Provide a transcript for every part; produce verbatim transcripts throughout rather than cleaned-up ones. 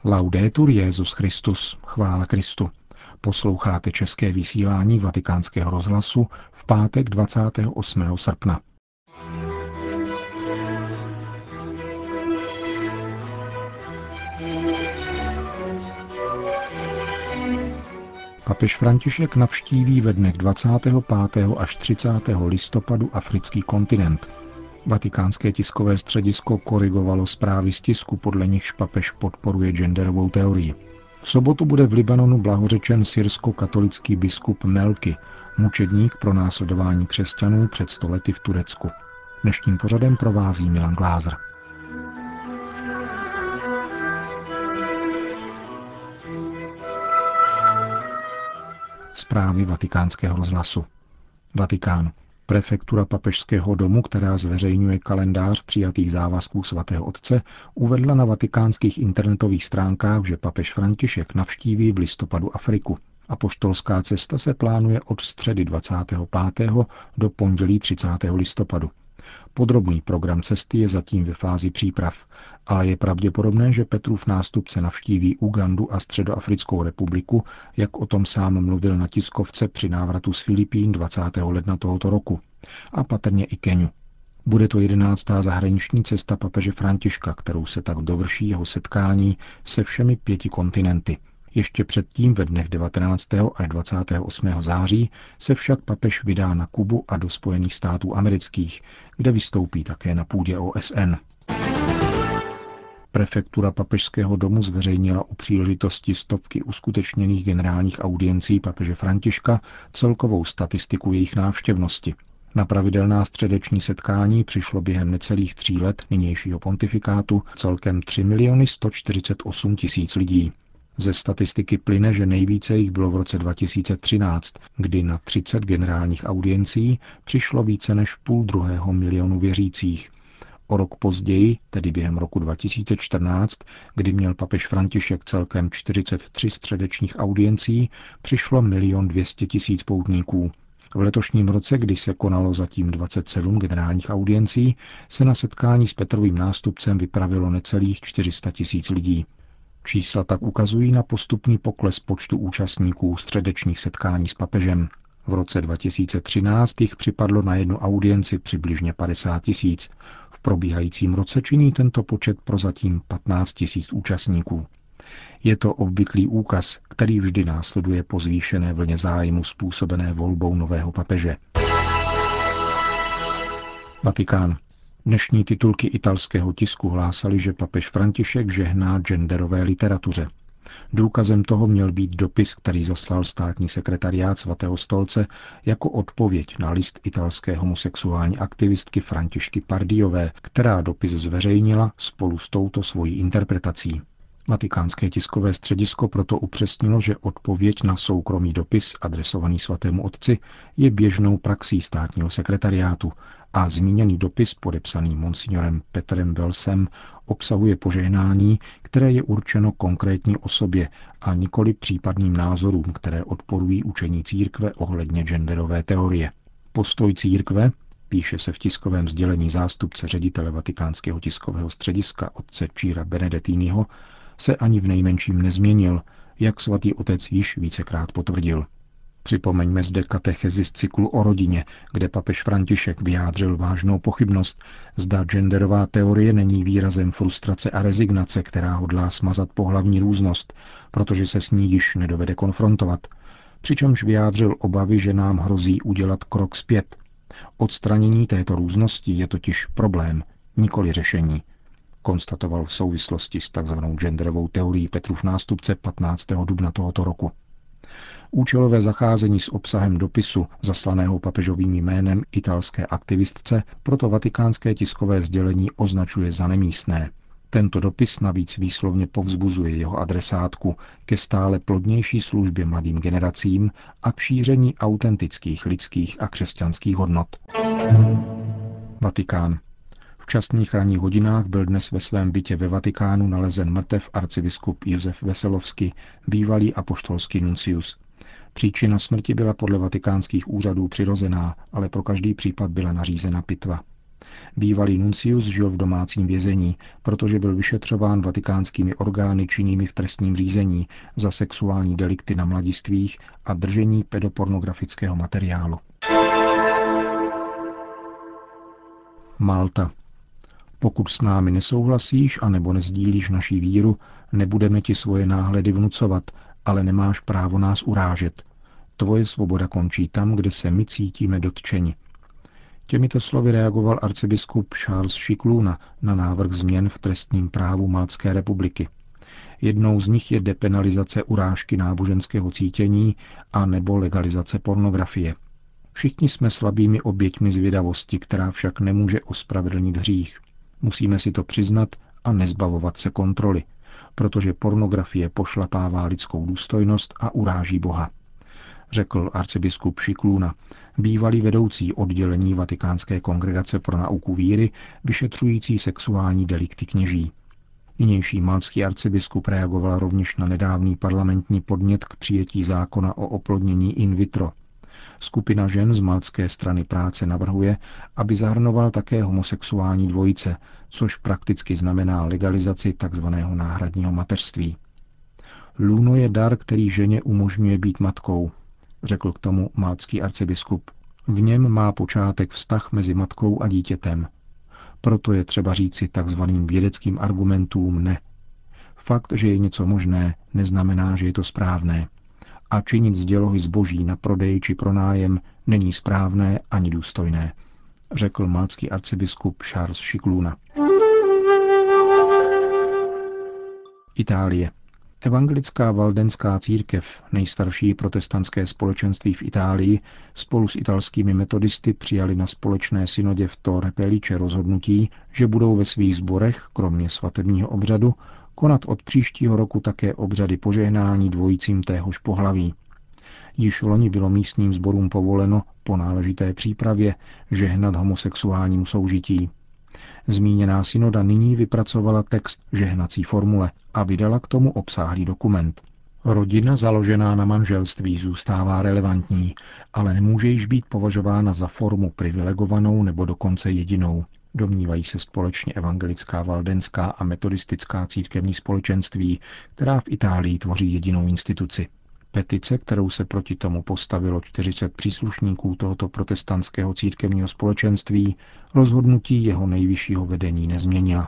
Laudetur Jesus Christus, chvála Kristu. Posloucháte české vysílání Vatikánského rozhlasu v pátek dvacátého osmého srpna. Papež František navštíví ve dnech dvacátého pátého až třicátého listopadu africký kontinent. Vatikánské tiskové středisko korigovalo zprávy z tisku, podle nichž papež podporuje genderovou teorii. V sobotu bude v Libanonu blahořečen syrsko-katolický biskup Melki, mučedník pro následování křesťanů před sto lety v Turecku. Dnešním pořadem provází Milan Glázer. Zprávy Vatikánského rozhlasu. Vatikán. Prefektura Papežského domu, která zveřejňuje kalendář přijatých závazků svatého otce, uvedla na vatikánských internetových stránkách, že papež František navštíví v listopadu Afriku. Apoštolská cesta se plánuje od středy dvacátého pátého do pondělí třicátého listopadu. Podrobný program cesty je zatím ve fázi příprav, ale je pravděpodobné, že Petrův nástupce navštíví Ugandu a Středoafrickou republiku, jak o tom sám mluvil na tiskovce při návratu z Filipín dvacátého ledna tohoto roku, a patrně i Keniu. Bude to jedenáctá zahraniční cesta papeže Františka, kterou se tak dovrší jeho setkání se všemi pěti kontinenty. Ještě předtím ve dnech devatenáctého až dvacátého osmého září se však papež vydá na Kubu a do Spojených států amerických, kde vystoupí také na půdě O S N. Prefektura Papežského domu zveřejnila u příležitosti stovky uskutečněných generálních audiencí papeže Františka celkovou statistiku jejich návštěvnosti. Na pravidelná středeční setkání přišlo během necelých tří let nynějšího pontifikátu celkem tři miliony sto čtyřicet osm tisíc lidí. Ze statistiky plyne, že nejvíce jich bylo v roce dva tisíce třináct, kdy na třicet generálních audiencí přišlo více než půl druhého milionu věřících. O rok později, tedy během roku dva tisíce čtrnáct, kdy měl papež František celkem čtyřicet tři středečních audiencí, přišlo milion dvě stě tisíc poutníků. V letošním roce, kdy se konalo zatím dvacet sedm generálních audiencí, se na setkání s Petrovým nástupcem vypravilo necelých čtyři sta tisíc lidí. Čísla tak ukazují na postupný pokles počtu účastníků středečních setkání s papežem. V roce dva tisíce třináct jich připadlo na jednu audienci přibližně padesát tisíc. V probíhajícím roce činí tento počet prozatím patnáct tisíc účastníků. Je to obvyklý úkaz, který vždy následuje po zvýšené vlně zájmu způsobené volbou nového papeže. Vatikán. Dnešní titulky italského tisku hlásaly, že papež František žehná genderové literatuře. Důkazem toho měl být dopis, který zaslal státní sekretariát svatého stolce jako odpověď na list italské homosexuální aktivistky Františky Pardiové, která dopis zveřejnila spolu s touto svojí interpretací. Vatikánské tiskové středisko proto upřesnilo, že odpověď na soukromý dopis adresovaný svatému otci je běžnou praxí státního sekretariátu a zmíněný dopis podepsaný monsignorem Petrem Welsem obsahuje požehnání, které je určeno konkrétní osobě a nikoli případným názorům, které odporují učení církve ohledně genderové teorie. Postoj církve, píše se v tiskovém sdělení zástupce ředitele Vatikánského tiskového střediska otce Cira Benedettiniho, se ani v nejmenším nezměnil, jak svatý otec již vícekrát potvrdil. Připomeňme zde katechezi z cyklu o rodině, kde papež František vyjádřil vážnou pochybnost, zda genderová teorie není výrazem frustrace a rezignace, která hodlá smazat pohlavní různost, protože se s ní již nedovede konfrontovat. Přičemž vyjádřil obavy, že nám hrozí udělat krok zpět. Odstranění této různosti je totiž problém, nikoli řešení, konstatoval v souvislosti s tzv. Genderovou teorií Petrův nástupce patnáctého dubna tohoto roku. Účelové zacházení s obsahem dopisu zaslaného papežovým jménem italské aktivistce proto vatikánské tiskové sdělení označuje za nemístné. Tento dopis navíc výslovně povzbuzuje jeho adresátku ke stále plodnější službě mladým generacím a k šíření autentických lidských a křesťanských hodnot. Vatikán. V časných ranních hodinách byl dnes ve svém bytě ve Vatikánu nalezen mrtev arcibiskup Josef Veselovský, bývalý apoštolský nuncius. Příčina smrti byla podle vatikánských úřadů přirozená, ale pro každý případ byla nařízena pitva. Bývalý nuncius žil v domácím vězení, protože byl vyšetřován vatikánskými orgány činnými v trestním řízení za sexuální delikty na mladistvých a držení pedopornografického materiálu. Malta. Pokud s námi nesouhlasíš a nebo nezdílíš naši víru, nebudeme ti svoje náhledy vnucovat, ale nemáš právo nás urážet. Tvoje svoboda končí tam, kde se my cítíme dotčeni. Těmito slovy reagoval arcibiskup Charles Scicluna na návrh změn v trestním právu Maltské republiky. Jednou z nich je depenalizace urážky náboženského cítění a nebo legalizace pornografie. Všichni jsme slabými oběťmi zvědavosti, která však nemůže ospravedlnit hřích. Musíme si to přiznat a nezbavovat se kontroly, protože pornografie pošlapává lidskou důstojnost a uráží Boha, řekl arcibiskup Scicluna, bývalý vedoucí oddělení Vatikánské kongregace pro nauku víry, vyšetřující sexuální delikty kněží. Nynější maltský arcibiskup reagoval rovněž na nedávný parlamentní podnět k přijetí zákona o oplodnění in vitro. Skupina žen z Maltské strany práce navrhuje, aby zahrnoval také homosexuální dvojice, což prakticky znamená legalizaci tzv. Náhradního mateřství. Lůno je dar, který ženě umožňuje být matkou, řekl k tomu maltský arcibiskup. V něm má počátek vztah mezi matkou a dítětem. Proto je třeba říci takzvaným vědeckým argumentům ne. Fakt, že je něco možné, neznamená, že je to správné. A činit z dělohy zboží na prodej či pronájem není správné ani důstojné, řekl maltský arcibiskup Charles Scicluna. Itálie. Evangelická valdenská církev, nejstarší protestantské společenství v Itálii, spolu s italskými metodisty přijali na společné synodě v Torre Pellice rozhodnutí, že budou ve svých sborech, kromě svatebního obřadu, konat od příštího roku také obřady požehnání dvojicím téhož pohlaví. Již loni bylo místním sborům povoleno po náležité přípravě žehnat homosexuálnímu soužití. Zmíněná synoda nyní vypracovala text žehnací formule a vydala k tomu obsáhlý dokument. Rodina založená na manželství zůstává relevantní, ale nemůže již být považována za formu privilegovanou nebo dokonce jedinou. Domnívají se společně evangelická valdenská a metodistická církevní společenství, která v Itálii tvoří jedinou instituci. Petice, kterou se proti tomu postavilo čtyřicet příslušníků tohoto protestantského církevního společenství, rozhodnutí jeho nejvyššího vedení nezměnila.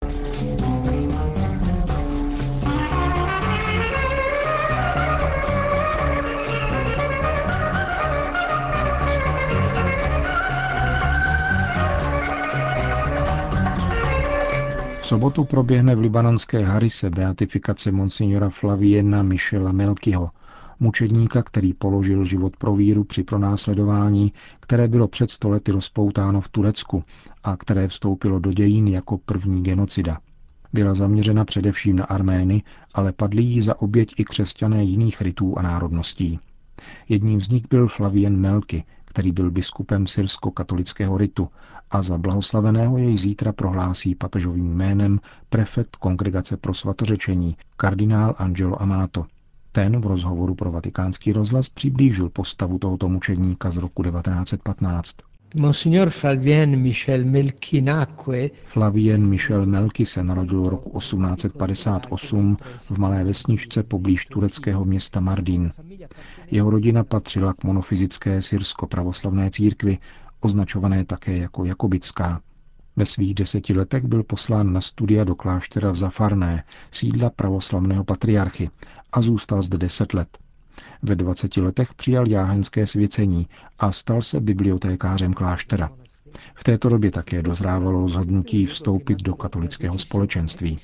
V sobotu proběhne v libanonské Harise beatifikace monsignora Flaviena Michela Melkyho, mučedníka, který položil život pro víru při pronásledování, které bylo před sto lety rozpoutáno v Turecku a které vstoupilo do dějin jako první genocida. Byla zaměřena především na Armény, ale padli jí za oběť i křesťané jiných rytů a národností. Jedním z nich byl Flavien Melky, který byl biskupem syrsko-katolického ritu a za blahoslaveného jej zítra prohlásí papežovým jménem prefekt Kongregace pro svatořečení, kardinál Angelo Amato. Ten v rozhovoru pro Vatikánský rozhlas přiblížil postavu tohoto mučedníka z roku devatenáct set patnáct. Monsignor Flavien Michel Melky nacque. Flavien Michel Melky se narodil roku osmnáct set padesát osm v malé vesničce poblíž tureckého města Mardin. Jeho rodina patřila k monofyzické syrsko-pravoslavné církvi, označované také jako jakobitská. Ve svých deseti letech byl poslán na studia do kláštera v Zafarné, sídla pravoslavného patriarchy, a zůstal zde deset let. Ve dvaceti letech přijal jáhenské svěcení a stal se bibliotékářem kláštera. V této době také dozrávalo rozhodnutí vstoupit do katolického společenství.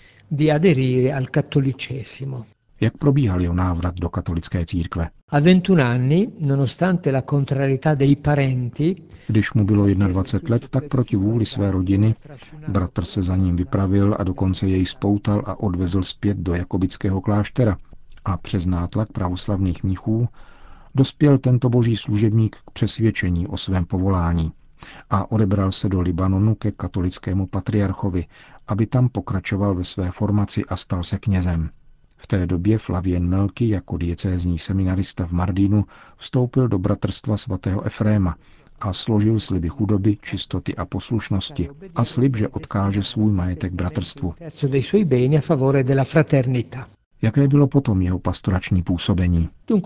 Jak probíhal jeho návrat do katolické církve? Když mu bylo dvacet jedna let, tak proti vůli své rodiny, bratr se za ním vypravil a dokonce jej spoutal a odvezl zpět do jakobitského kláštera a přes nátlak pravoslavných mnichů dospěl tento boží služebník k přesvědčení o svém povolání a odebral se do Libanonu ke katolickému patriarchovi, aby tam pokračoval ve své formaci a stal se knězem. V té době Flavien Melky jako diecézní seminarista v Mardínu vstoupil do bratrstva svatého Efréma a složil sliby chudoby, čistoty a poslušnosti a slib, že odkáže svůj majetek bratrstvu. Jaké bylo potom jeho pastorační působení?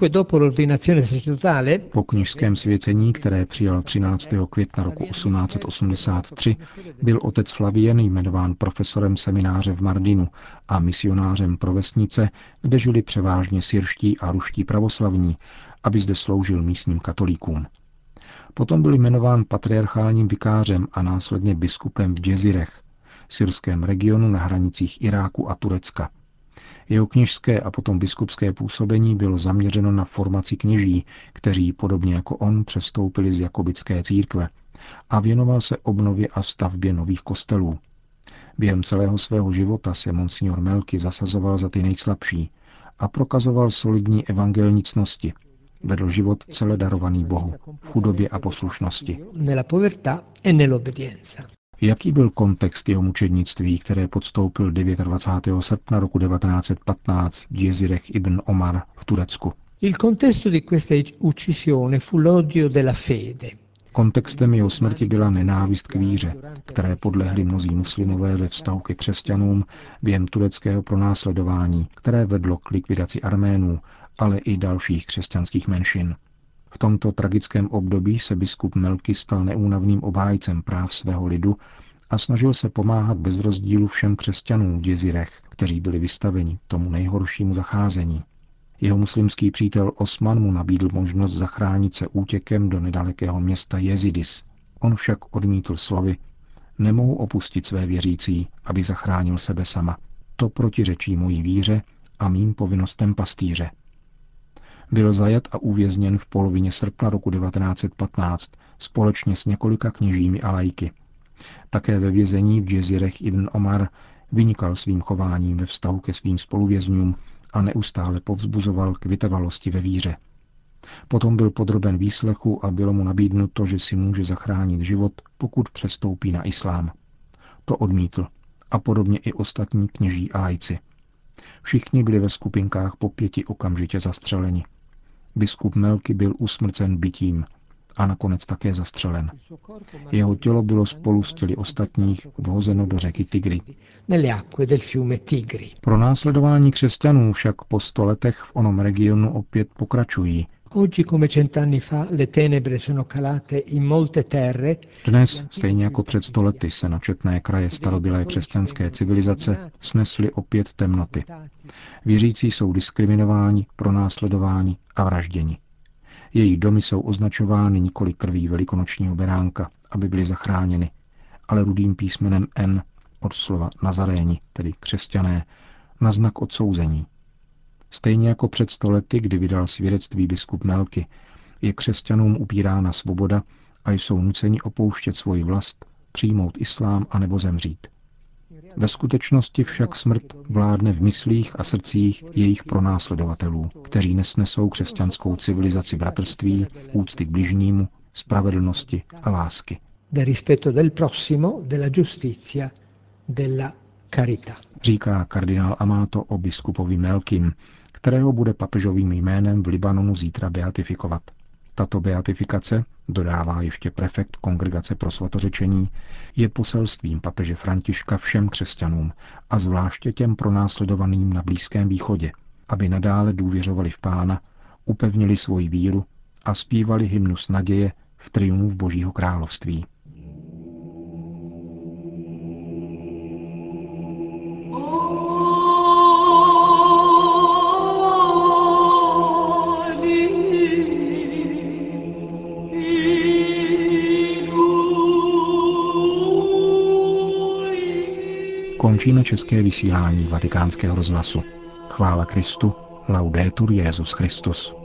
Po kněžském svěcení, které přijal třináctého května roku osmnáct set osmdesát tři, byl otec Flavien jmenován profesorem semináře v Mardinu a misionářem pro vesnice, kde žili převážně syrští a ruští pravoslavní, aby zde sloužil místním katolíkům. Potom byl jmenován patriarchálním vikářem a následně biskupem v Džezirech, syrském regionu na hranicích Iráku a Turecka. Jeho kněžské a potom biskupské působení bylo zaměřeno na formaci kněží, kteří podobně jako on přestoupili z jakobitské církve, a věnoval se obnově a stavbě nových kostelů. Během celého svého života se monsignor Melky zasazoval za ty nejslabší a prokazoval solidní evangelní ctnosti. Vedl život celé darovaný Bohu, v chudobě a poslušnosti. Jaký byl kontext jeho mučednictví, které podstoupil dvacátého devátého srpna roku devatenáct set patnáct v Džezirech ibn Omar v Turecku? Kontextem jeho smrti byla nenávist k víře, které podlehli mnozí muslimové ve vztahu ke křesťanům během tureckého pronásledování, které vedlo k likvidaci Arménů, ale i dalších křesťanských menšin. V tomto tragickém období se biskup Melky stal neúnavným obhájcem práv svého lidu a snažil se pomáhat bez rozdílu všem křesťanům v Džezirech, kteří byli vystaveni tomu nejhoršímu zacházení. Jeho muslimský přítel Osman mu nabídl možnost zachránit se útěkem do nedalekého města Jezidis. On však odmítl slovy: nemohu opustit své věřící, aby zachránil sebe sama. To protiřečí mojí víře a mým povinnostem pastýře. Byl zajat a uvězněn v polovině srpna roku devatenáct set patnáct společně s několika kněžími a laiky. Také ve vězení v Džezirech ibn Omar vynikal svým chováním ve vztahu ke svým spoluvězňům a neustále povzbuzoval k vytrvalosti ve víře. Potom byl podroben výslechu a bylo mu nabídnuto, že si může zachránit život, pokud přestoupí na islám. To odmítl a podobně i ostatní kněží a laici. Všichni byli ve skupinkách po pěti okamžitě zastřeleni. Biskup Melky byl usmrcen bitím a nakonec také zastřelen. Jeho tělo bylo spolu s těly ostatních vhozeno do řeky Tigry. Pronásledování křesťanů však po sto letech v onom regionu opět pokračují. Dnes, stejně jako před sto lety, se na četné kraje starobylé křesťanské civilizace snesly opět temnoty. Věřící jsou diskriminováni, pronásledováni a vražděni. Jejich domy jsou označovány nikoli krví velikonočního beránka, aby byly zachráněny, ale rudým písmenem N od slova Nazaréni, tedy křesťané, na znak odsouzení. Stejně jako před sto lety, kdy vydal svědectví biskup Melky, je křesťanům upírána svoboda a jsou nuceni opouštět svoji vlast, přijmout islám a nebo zemřít. Ve skutečnosti však smrt vládne v myslích a srdcích jejich pronásledovatelů, kteří nesnesou křesťanskou civilizaci bratrství, úcty k bližnímu, spravedlnosti a lásky. Říká kardinál Amato o biskupovi Melkim, kterého bude papežovým jménem v Libanonu zítra beatifikovat. Tato beatifikace, dodává ještě prefekt Kongregace pro svatořečení, je poselstvím papeže Františka všem křesťanům a zvláště těm pronásledovaným na Blízkém východě, aby nadále důvěřovali v Pána, upevnili svoji víru a zpívali hymnus naděje v triumf Božího království. Končíme české vysílání Vatikánského rozhlasu. Chvála Kristu, laudetur Jesus Christus.